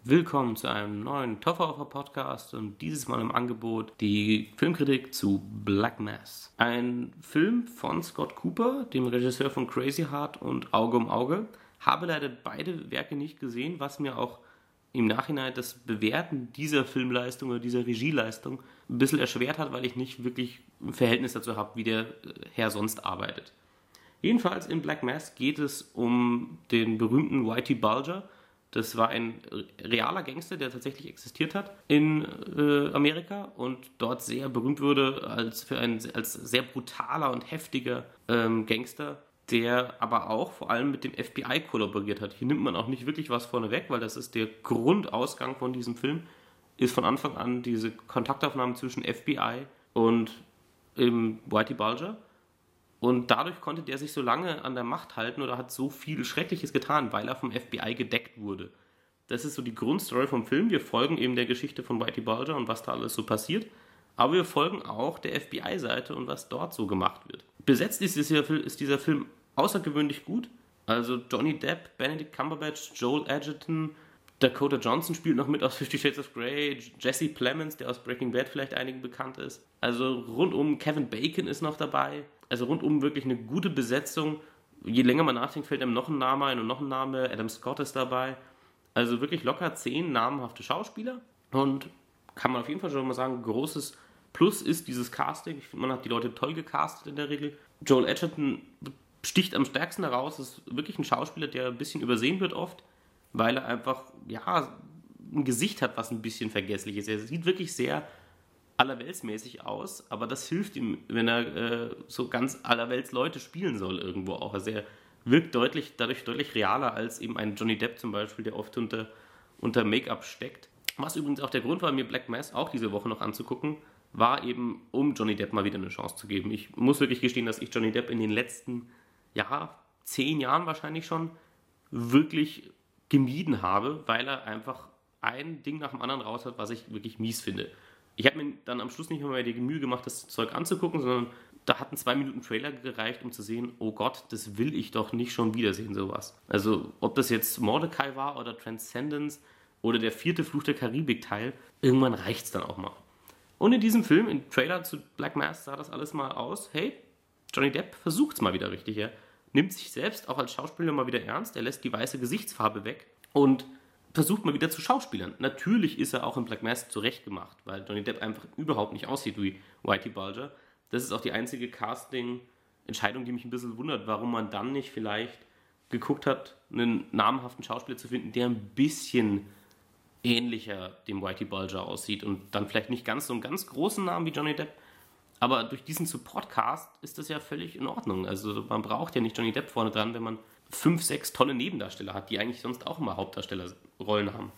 Willkommen zu einem neuen Toffer-Podcast und dieses Mal im Angebot die Filmkritik zu Black Mass. Ein Film von Scott Cooper, dem Regisseur von Crazy Heart und Auge um Auge. Habe leider beide Werke nicht gesehen, was mir auch im Nachhinein das Bewerten dieser Filmleistung oder dieser Regieleistung ein bisschen erschwert hat, weil ich nicht wirklich ein Verhältnis dazu habe, wie der Herr sonst arbeitet. Jedenfalls in Black Mass geht es um den berühmten Whitey Bulger. Das war ein realer Gangster, der tatsächlich existiert hat in Amerika und dort sehr berühmt wurde als sehr brutaler und heftiger Gangster, der aber auch vor allem mit dem FBI kollaboriert hat. Hier nimmt man auch nicht wirklich was vorne weg, weil das ist der Grundausgang von diesem Film, ist von Anfang an diese Kontaktaufnahmen zwischen FBI und Whitey Bulger. Und dadurch konnte der sich so lange an der Macht halten oder hat so viel Schreckliches getan, weil er vom FBI gedeckt wurde. Das ist so die Grundstory vom Film. Wir folgen eben der Geschichte von Whitey Bulger und was da alles so passiert. Aber wir folgen auch der FBI-Seite und was dort so gemacht wird. Besetzt ist dieser Film außergewöhnlich gut. Also Johnny Depp, Benedict Cumberbatch, Joel Edgerton, Dakota Johnson spielt noch mit aus 50 Shades of Grey, Jesse Plemons, der aus Breaking Bad vielleicht einigen bekannt ist. Also rundum, Kevin Bacon ist noch dabei. Also rundum wirklich eine gute Besetzung. Je länger man nachdenkt, fällt einem noch ein Name ein und noch ein Name. Adam Scott ist dabei. Also wirklich locker 10 namhafte Schauspieler. Und kann man auf jeden Fall schon mal sagen, großes Plus ist dieses Casting. Ich finde, man hat die Leute toll gecastet in der Regel. Joel Edgerton sticht am stärksten heraus. Ist wirklich ein Schauspieler, der ein bisschen übersehen wird oft, weil er einfach, ein Gesicht hat, was ein bisschen vergesslich ist. Er sieht wirklich sehr allerweltsmäßig aus, aber das hilft ihm, wenn er so ganz allerwelts Leute spielen soll irgendwo auch. Also er wirkt dadurch deutlich realer als eben ein Johnny Depp zum Beispiel, der oft unter Make-up steckt. Was übrigens auch der Grund war, mir Black Mass auch diese Woche noch anzugucken, war eben, um Johnny Depp mal wieder eine Chance zu geben. Ich muss wirklich gestehen, dass ich Johnny Depp in den letzten 10 Jahren wahrscheinlich schon wirklich gemieden habe, weil er einfach ein Ding nach dem anderen raus hat, was ich wirklich mies finde. Ich habe mir dann am Schluss nicht mehr die Mühe gemacht, das Zeug anzugucken, sondern da hatten 2 Minuten Trailer gereicht, um zu sehen, oh Gott, das will ich doch nicht schon wiedersehen, sowas. Also ob das jetzt Mordecai war oder Transcendence oder der 4. Fluch der Karibik-Teil, irgendwann reicht's dann auch mal. Und in diesem Film, im Trailer zu Black Mass, sah das alles mal aus, hey, Johnny Depp versucht's mal wieder richtig, er nimmt sich selbst auch als Schauspieler mal wieder ernst, er lässt die weiße Gesichtsfarbe weg und versucht mal wieder zu schauspielern. Natürlich ist er auch in Black Mass zurechtgemacht, weil Johnny Depp einfach überhaupt nicht aussieht wie Whitey Bulger. Das ist auch die einzige Casting-Entscheidung, die mich ein bisschen wundert, warum man dann nicht vielleicht geguckt hat, einen namhaften Schauspieler zu finden, der ein bisschen ähnlicher dem Whitey Bulger aussieht und dann vielleicht nicht ganz so einen ganz großen Namen wie Johnny Depp, aber durch diesen Support-Cast ist das ja völlig in Ordnung. Also man braucht ja nicht Johnny Depp vorne dran, wenn man 5, 6 tolle Nebendarsteller hat, die eigentlich sonst auch immer Hauptdarstellerrollen haben.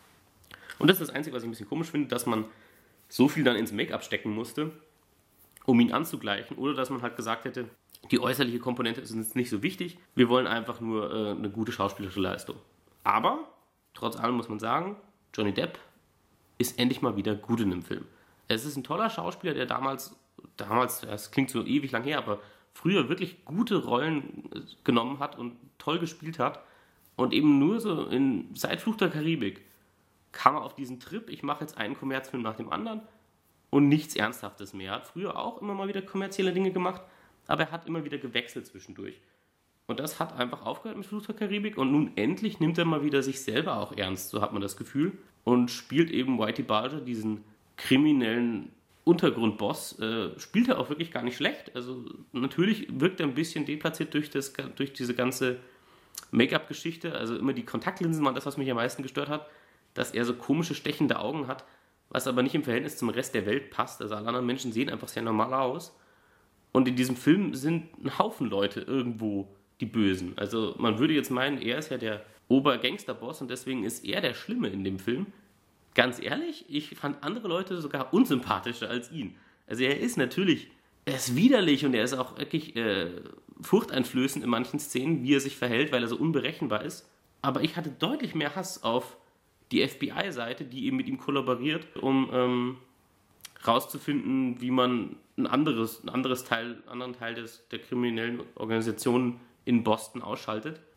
Und das ist das Einzige, was ich ein bisschen komisch finde, dass man so viel dann ins Make-up stecken musste, um ihn anzugleichen, oder dass man halt gesagt hätte, die äußerliche Komponente ist uns nicht so wichtig, wir wollen einfach nur eine gute schauspielerische Leistung. Aber, trotz allem muss man sagen, Johnny Depp ist endlich mal wieder gut in dem Film. Es ist ein toller Schauspieler, der damals, das klingt so ewig lang her, aber früher wirklich gute Rollen genommen hat und toll gespielt hat und eben nur so seit Fluch der Karibik kam er auf diesen Trip, ich mache jetzt einen Kommerzfilm nach dem anderen und nichts Ernsthaftes mehr. Er hat früher auch immer mal wieder kommerzielle Dinge gemacht, aber er hat immer wieder gewechselt zwischendurch. Und das hat einfach aufgehört mit Fluch der Karibik und nun endlich nimmt er mal wieder sich selber auch ernst, so hat man das Gefühl, und spielt eben Whitey Bulger, diesen kriminellen Untergrundboss, spielt er auch wirklich gar nicht schlecht. Also natürlich wirkt er ein bisschen deplatziert durch diese ganze Make-up-Geschichte. Also immer die Kontaktlinsen waren das, was mich am meisten gestört hat, dass er so komische, stechende Augen hat, was aber nicht im Verhältnis zum Rest der Welt passt. Also alle anderen Menschen sehen einfach sehr normal aus. Und in diesem Film sind ein Haufen Leute irgendwo die Bösen. Also man würde jetzt meinen, er ist ja der Obergangsterboss und deswegen ist er der Schlimme in dem Film. Ganz ehrlich, ich fand andere Leute sogar unsympathischer als ihn. Also er ist widerlich und er ist auch wirklich furchteinflößend in manchen Szenen, wie er sich verhält, weil er so unberechenbar ist. Aber ich hatte deutlich mehr Hass auf die FBI-Seite, die eben mit ihm kollaboriert, um rauszufinden, wie man einen anderen Teil der kriminellen Organisation in Boston ausschaltet.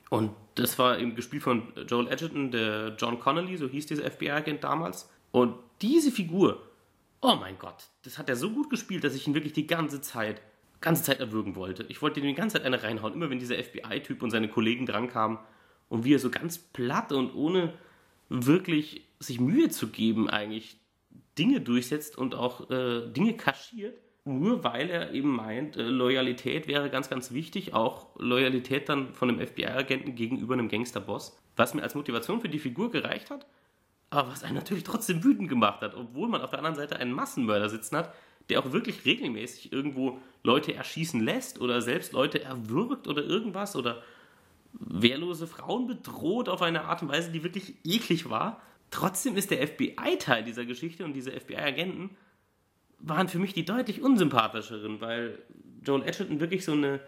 Und das war eben gespielt von Joel Edgerton, der John Connolly, so hieß dieser FBI-Agent damals. Und diese Figur, oh mein Gott, das hat er so gut gespielt, dass ich ihn wirklich die ganze Zeit erwürgen wollte. Ich wollte ihm die ganze Zeit eine reinhauen, immer wenn dieser FBI-Typ und seine Kollegen drankamen und wie er so ganz platt und ohne wirklich sich Mühe zu geben eigentlich Dinge durchsetzt und auch Dinge kaschiert, nur weil er eben meint, Loyalität wäre ganz, ganz wichtig, auch Loyalität dann von einem FBI-Agenten gegenüber einem Gangsterboss, was mir als Motivation für die Figur gereicht hat, aber was einen natürlich trotzdem wütend gemacht hat, obwohl man auf der anderen Seite einen Massenmörder sitzen hat, der auch wirklich regelmäßig irgendwo Leute erschießen lässt oder selbst Leute erwürgt oder irgendwas oder wehrlose Frauen bedroht auf eine Art und Weise, die wirklich eklig war. Trotzdem ist der FBI-Teil dieser Geschichte und diese FBI-Agenten waren für mich die deutlich unsympathischeren, weil Joel Edgerton wirklich so eine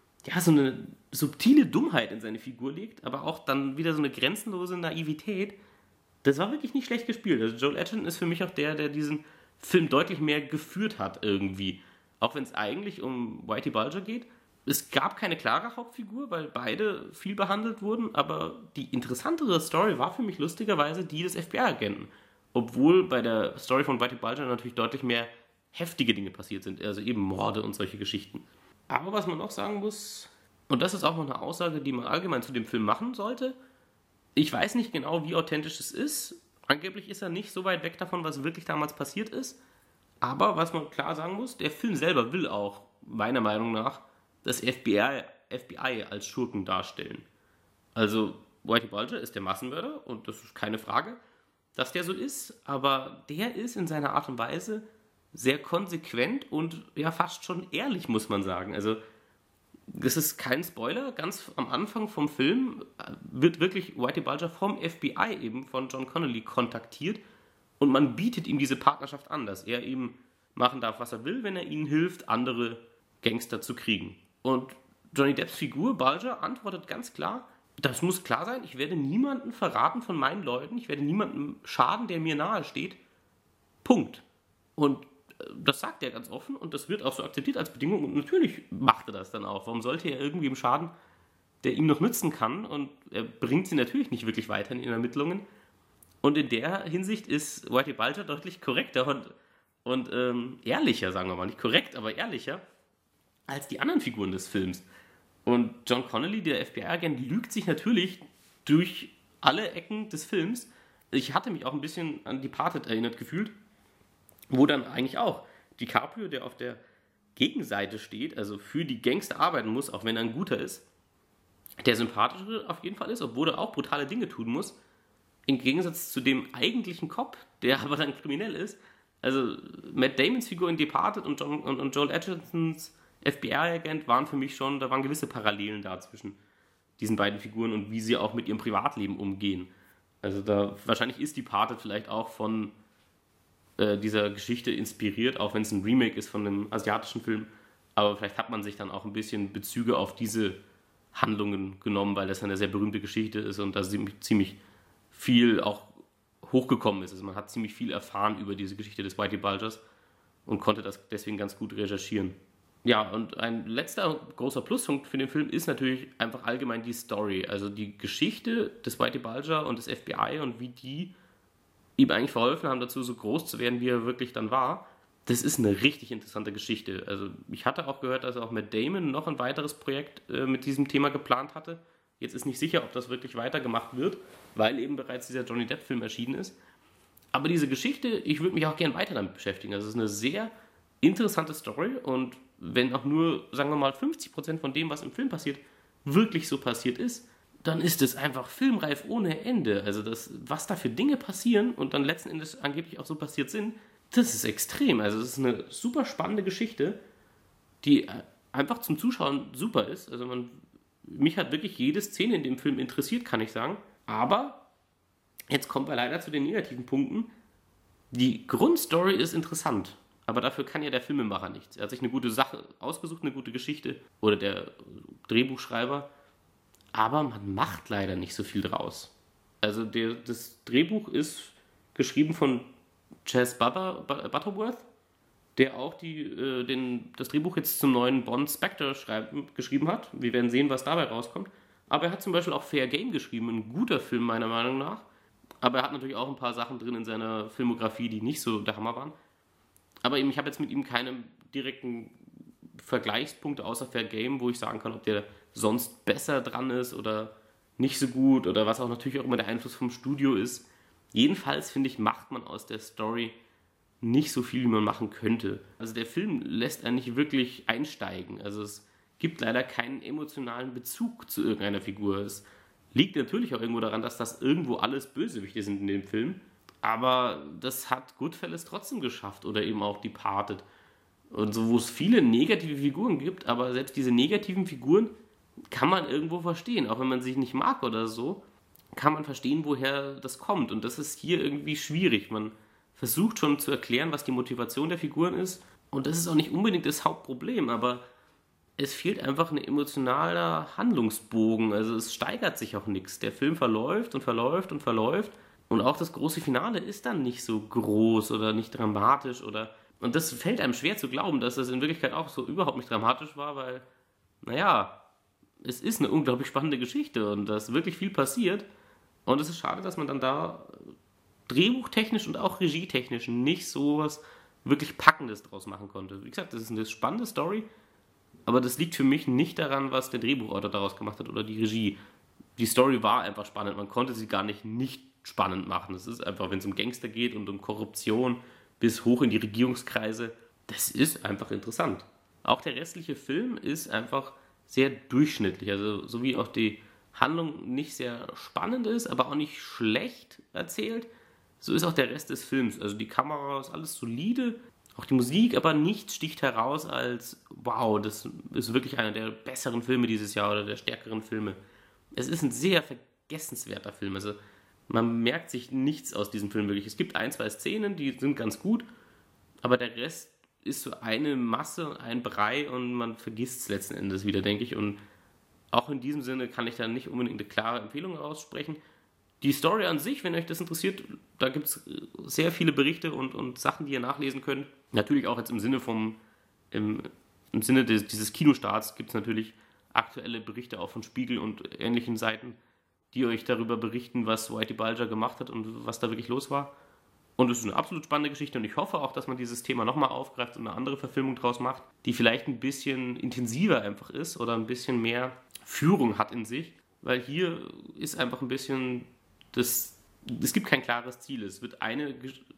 subtile Dummheit in seine Figur legt, aber auch dann wieder so eine grenzenlose Naivität. Das war wirklich nicht schlecht gespielt. Also Joel Edgerton ist für mich auch der diesen Film deutlich mehr geführt hat irgendwie. Auch wenn es eigentlich um Whitey Bulger geht. Es gab keine klare Hauptfigur, weil beide viel behandelt wurden, aber die interessantere Story war für mich lustigerweise die des FBI-Agenten. Obwohl bei der Story von Whitey Bulger natürlich deutlich mehr heftige Dinge passiert sind, also eben Morde und solche Geschichten. Aber was man auch sagen muss, und das ist auch noch eine Aussage, die man allgemein zu dem Film machen sollte, ich weiß nicht genau, wie authentisch es ist. Angeblich ist er nicht so weit weg davon, was wirklich damals passiert ist. Aber was man klar sagen muss, der Film selber will auch, meiner Meinung nach, das FBI als Schurken darstellen. Also Whitey Bulger ist der Massenmörder und das ist keine Frage, dass der so ist, aber der ist in seiner Art und Weise sehr konsequent und ja fast schon ehrlich, muss man sagen. Also das ist kein Spoiler, ganz am Anfang vom Film wird wirklich Whitey Bulger vom FBI eben von John Connolly kontaktiert und man bietet ihm diese Partnerschaft an, dass er ihm machen darf, was er will, wenn er ihnen hilft, andere Gangster zu kriegen. Und Johnny Depps Figur, Bulger, antwortet ganz klar, das muss klar sein, ich werde niemanden verraten von meinen Leuten, ich werde niemandem schaden, der mir nahe steht. Punkt. Und das sagt er ganz offen und das wird auch so akzeptiert als Bedingung und natürlich macht er das dann auch. Warum sollte er irgendwem schaden, der ihm noch nützen kann? Und er bringt sie natürlich nicht wirklich weiter in den Ermittlungen. Und in der Hinsicht ist Whitey Bulger deutlich korrekter und ehrlicher, sagen wir mal. Nicht korrekt, aber ehrlicher als die anderen Figuren des Films. Und John Connolly, der FBI-Agent, lügt sich natürlich durch alle Ecken des Films. Ich hatte mich auch ein bisschen an Departed erinnert gefühlt, wo dann eigentlich auch DiCaprio, der auf der Gegenseite steht, also für die Gangster arbeiten muss, auch wenn er ein guter ist, der sympathischere auf jeden Fall ist, obwohl er auch brutale Dinge tun muss, im Gegensatz zu dem eigentlichen Cop, der aber dann kriminell ist. Also Matt Damons Figur in Departed und Joel Edgertons FBI-Agent waren für mich schon, da waren gewisse Parallelen da zwischen diesen beiden Figuren und wie sie auch mit ihrem Privatleben umgehen. Also da wahrscheinlich ist Departed vielleicht auch von dieser Geschichte inspiriert, auch wenn es ein Remake ist von einem asiatischen Film. Aber vielleicht hat man sich dann auch ein bisschen Bezüge auf diese Handlungen genommen, weil das eine sehr berühmte Geschichte ist und da ziemlich viel auch hochgekommen ist. Also man hat ziemlich viel erfahren über diese Geschichte des Whitey Bulgers und konnte das deswegen ganz gut recherchieren. Ja, und ein letzter großer Pluspunkt für den Film ist natürlich einfach allgemein die Story. Also die Geschichte des Whitey Bulger und des FBI und wie die ihm eigentlich verholfen haben, dazu so groß zu werden, wie er wirklich dann war. Das ist eine richtig interessante Geschichte. Also ich hatte auch gehört, dass auch Matt Damon noch ein weiteres Projekt mit diesem Thema geplant hatte. Jetzt ist nicht sicher, ob das wirklich weitergemacht wird, weil eben bereits dieser Johnny Depp-Film erschienen ist. Aber diese Geschichte, ich würde mich auch gerne weiter damit beschäftigen. Also es ist eine sehr interessante Story und wenn auch nur, sagen wir mal, 50% von dem, was im Film passiert, wirklich so passiert ist, dann ist es einfach filmreif ohne Ende. Also was da für Dinge passieren und dann letzten Endes angeblich auch so passiert sind, das ist extrem. Also es ist eine super spannende Geschichte, die einfach zum Zuschauen super ist. Also mich hat wirklich jede Szene in dem Film interessiert, kann ich sagen. Aber jetzt kommen wir leider zu den negativen Punkten. Die Grundstory ist interessant, aber dafür kann ja der Filmemacher nichts. Er hat sich eine gute Sache ausgesucht, eine gute Geschichte oder der Drehbuchschreiber. Aber man macht leider nicht so viel draus. Also das Drehbuch ist geschrieben von Chas Butterworth, der auch das Drehbuch jetzt zum neuen Bond Spectre geschrieben hat. Wir werden sehen, was dabei rauskommt. Aber er hat zum Beispiel auch Fair Game geschrieben, ein guter Film meiner Meinung nach. Aber er hat natürlich auch ein paar Sachen drin in seiner Filmografie, die nicht so der Hammer waren. Aber eben, ich habe jetzt mit ihm keine direkten Vergleichspunkte außer Fair Game, wo ich sagen kann, ob der sonst besser dran ist oder nicht so gut oder was auch natürlich auch immer der Einfluss vom Studio ist. Jedenfalls, finde ich, macht man aus der Story nicht so viel, wie man machen könnte. Also der Film lässt einen nicht wirklich einsteigen. Also es gibt leider keinen emotionalen Bezug zu irgendeiner Figur. Es liegt natürlich auch irgendwo daran, dass das irgendwo alles Bösewichte sind in dem Film. Aber das hat Goodfellas trotzdem geschafft oder eben auch Departed. Und so, wo es viele negative Figuren gibt, aber selbst diese negativen Figuren kann man irgendwo verstehen. Auch wenn man sich nicht mag oder so, kann man verstehen, woher das kommt. Und das ist hier irgendwie schwierig. Man versucht schon zu erklären, was die Motivation der Figuren ist. Und das ist auch nicht unbedingt das Hauptproblem, aber es fehlt einfach ein emotionaler Handlungsbogen. Also es steigert sich auch nichts. Der Film verläuft und verläuft und verläuft. Und auch das große Finale ist dann nicht so groß oder nicht dramatisch oder. Und das fällt einem schwer zu glauben, dass das in Wirklichkeit auch so überhaupt nicht dramatisch war, weil, naja, es ist eine unglaublich spannende Geschichte und da ist wirklich viel passiert. Und es ist schade, dass man dann da drehbuchtechnisch und auch regietechnisch nicht so was wirklich Packendes draus machen konnte. Wie gesagt, das ist eine spannende Story, aber das liegt für mich nicht daran, was der Drehbuchautor daraus gemacht hat oder die Regie. Die Story war einfach spannend, man konnte sie gar nicht spannend machen. Es ist einfach, wenn es um Gangster geht und um Korruption bis hoch in die Regierungskreise, das ist einfach interessant. Auch der restliche Film ist einfach sehr durchschnittlich, also so wie auch die Handlung nicht sehr spannend ist, aber auch nicht schlecht erzählt, so ist auch der Rest des Films. Also die Kamera ist alles solide, auch die Musik, aber nichts sticht heraus als, wow, das ist wirklich einer der besseren Filme dieses Jahr oder der stärkeren Filme. Es ist ein sehr vergessenswerter Film, also man merkt sich nichts aus diesem Film wirklich. Es gibt ein, zwei Szenen, die sind ganz gut, aber der Rest ist so eine Masse, ein Brei und man vergisst es letzten Endes wieder, denke ich. Und auch in diesem Sinne kann ich da nicht unbedingt eine klare Empfehlung aussprechen. Die Story an sich, wenn euch das interessiert, da gibt es sehr viele Berichte und Sachen, die ihr nachlesen könnt. Natürlich auch jetzt im Sinne im Sinne dieses Kinostarts gibt es natürlich aktuelle Berichte auch von Spiegel und ähnlichen Seiten, die euch darüber berichten, was Whitey Bulger gemacht hat und was da wirklich los war. Und es ist eine absolut spannende Geschichte und ich hoffe auch, dass man dieses Thema nochmal aufgreift und eine andere Verfilmung draus macht, die vielleicht ein bisschen intensiver einfach ist oder ein bisschen mehr Führung hat in sich, weil hier ist einfach ein bisschen es gibt kein klares Ziel. Es wird eine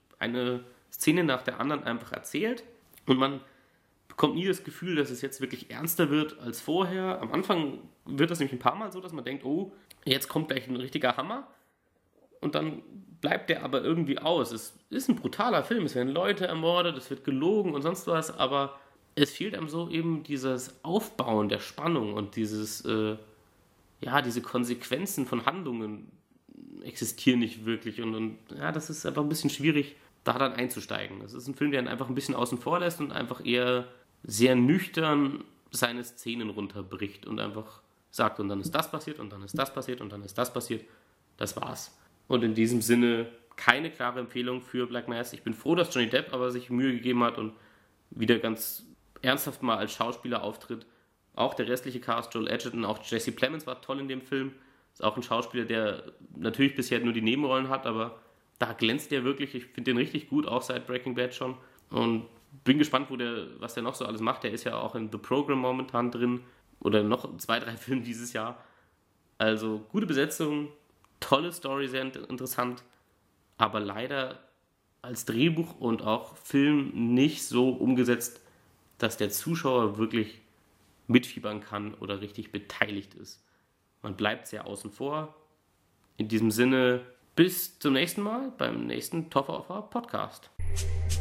Szene nach der anderen einfach erzählt und man bekommt nie das Gefühl, dass es jetzt wirklich ernster wird als vorher. Am Anfang wird das nämlich ein paar Mal so, dass man denkt, oh, jetzt kommt gleich ein richtiger Hammer und dann bleibt der aber irgendwie aus. Es ist ein brutaler Film, es werden Leute ermordet, es wird gelogen und sonst was, aber es fehlt einem so eben dieses Aufbauen der Spannung und diese Konsequenzen von Handlungen existieren nicht wirklich und das ist einfach ein bisschen schwierig, da dann einzusteigen. Es ist ein Film, der einen einfach ein bisschen außen vor lässt und einfach eher sehr nüchtern seine Szenen runterbricht und einfach sagt, und dann ist das passiert und dann ist das passiert und dann ist das passiert. Das war's. Und in diesem Sinne keine klare Empfehlung für Black Mass. Ich bin froh, dass Johnny Depp aber sich Mühe gegeben hat und wieder ganz ernsthaft mal als Schauspieler auftritt. Auch der restliche Cast, Joel Edgerton, auch Jesse Plemons war toll in dem Film. Ist auch ein Schauspieler, der natürlich bisher nur die Nebenrollen hat, aber da glänzt er wirklich. Ich finde den richtig gut, auch seit Breaking Bad schon. Und bin gespannt, was der noch so alles macht. Der ist ja auch in The Program momentan drin oder noch 2, 3 Filme dieses Jahr. Also gute Besetzung, tolle Story, sehr interessant, aber leider als Drehbuch und auch Film nicht so umgesetzt, dass der Zuschauer wirklich mitfiebern kann oder richtig beteiligt ist. Man bleibt sehr außen vor. In diesem Sinne, bis zum nächsten Mal beim nächsten Toffer Podcast.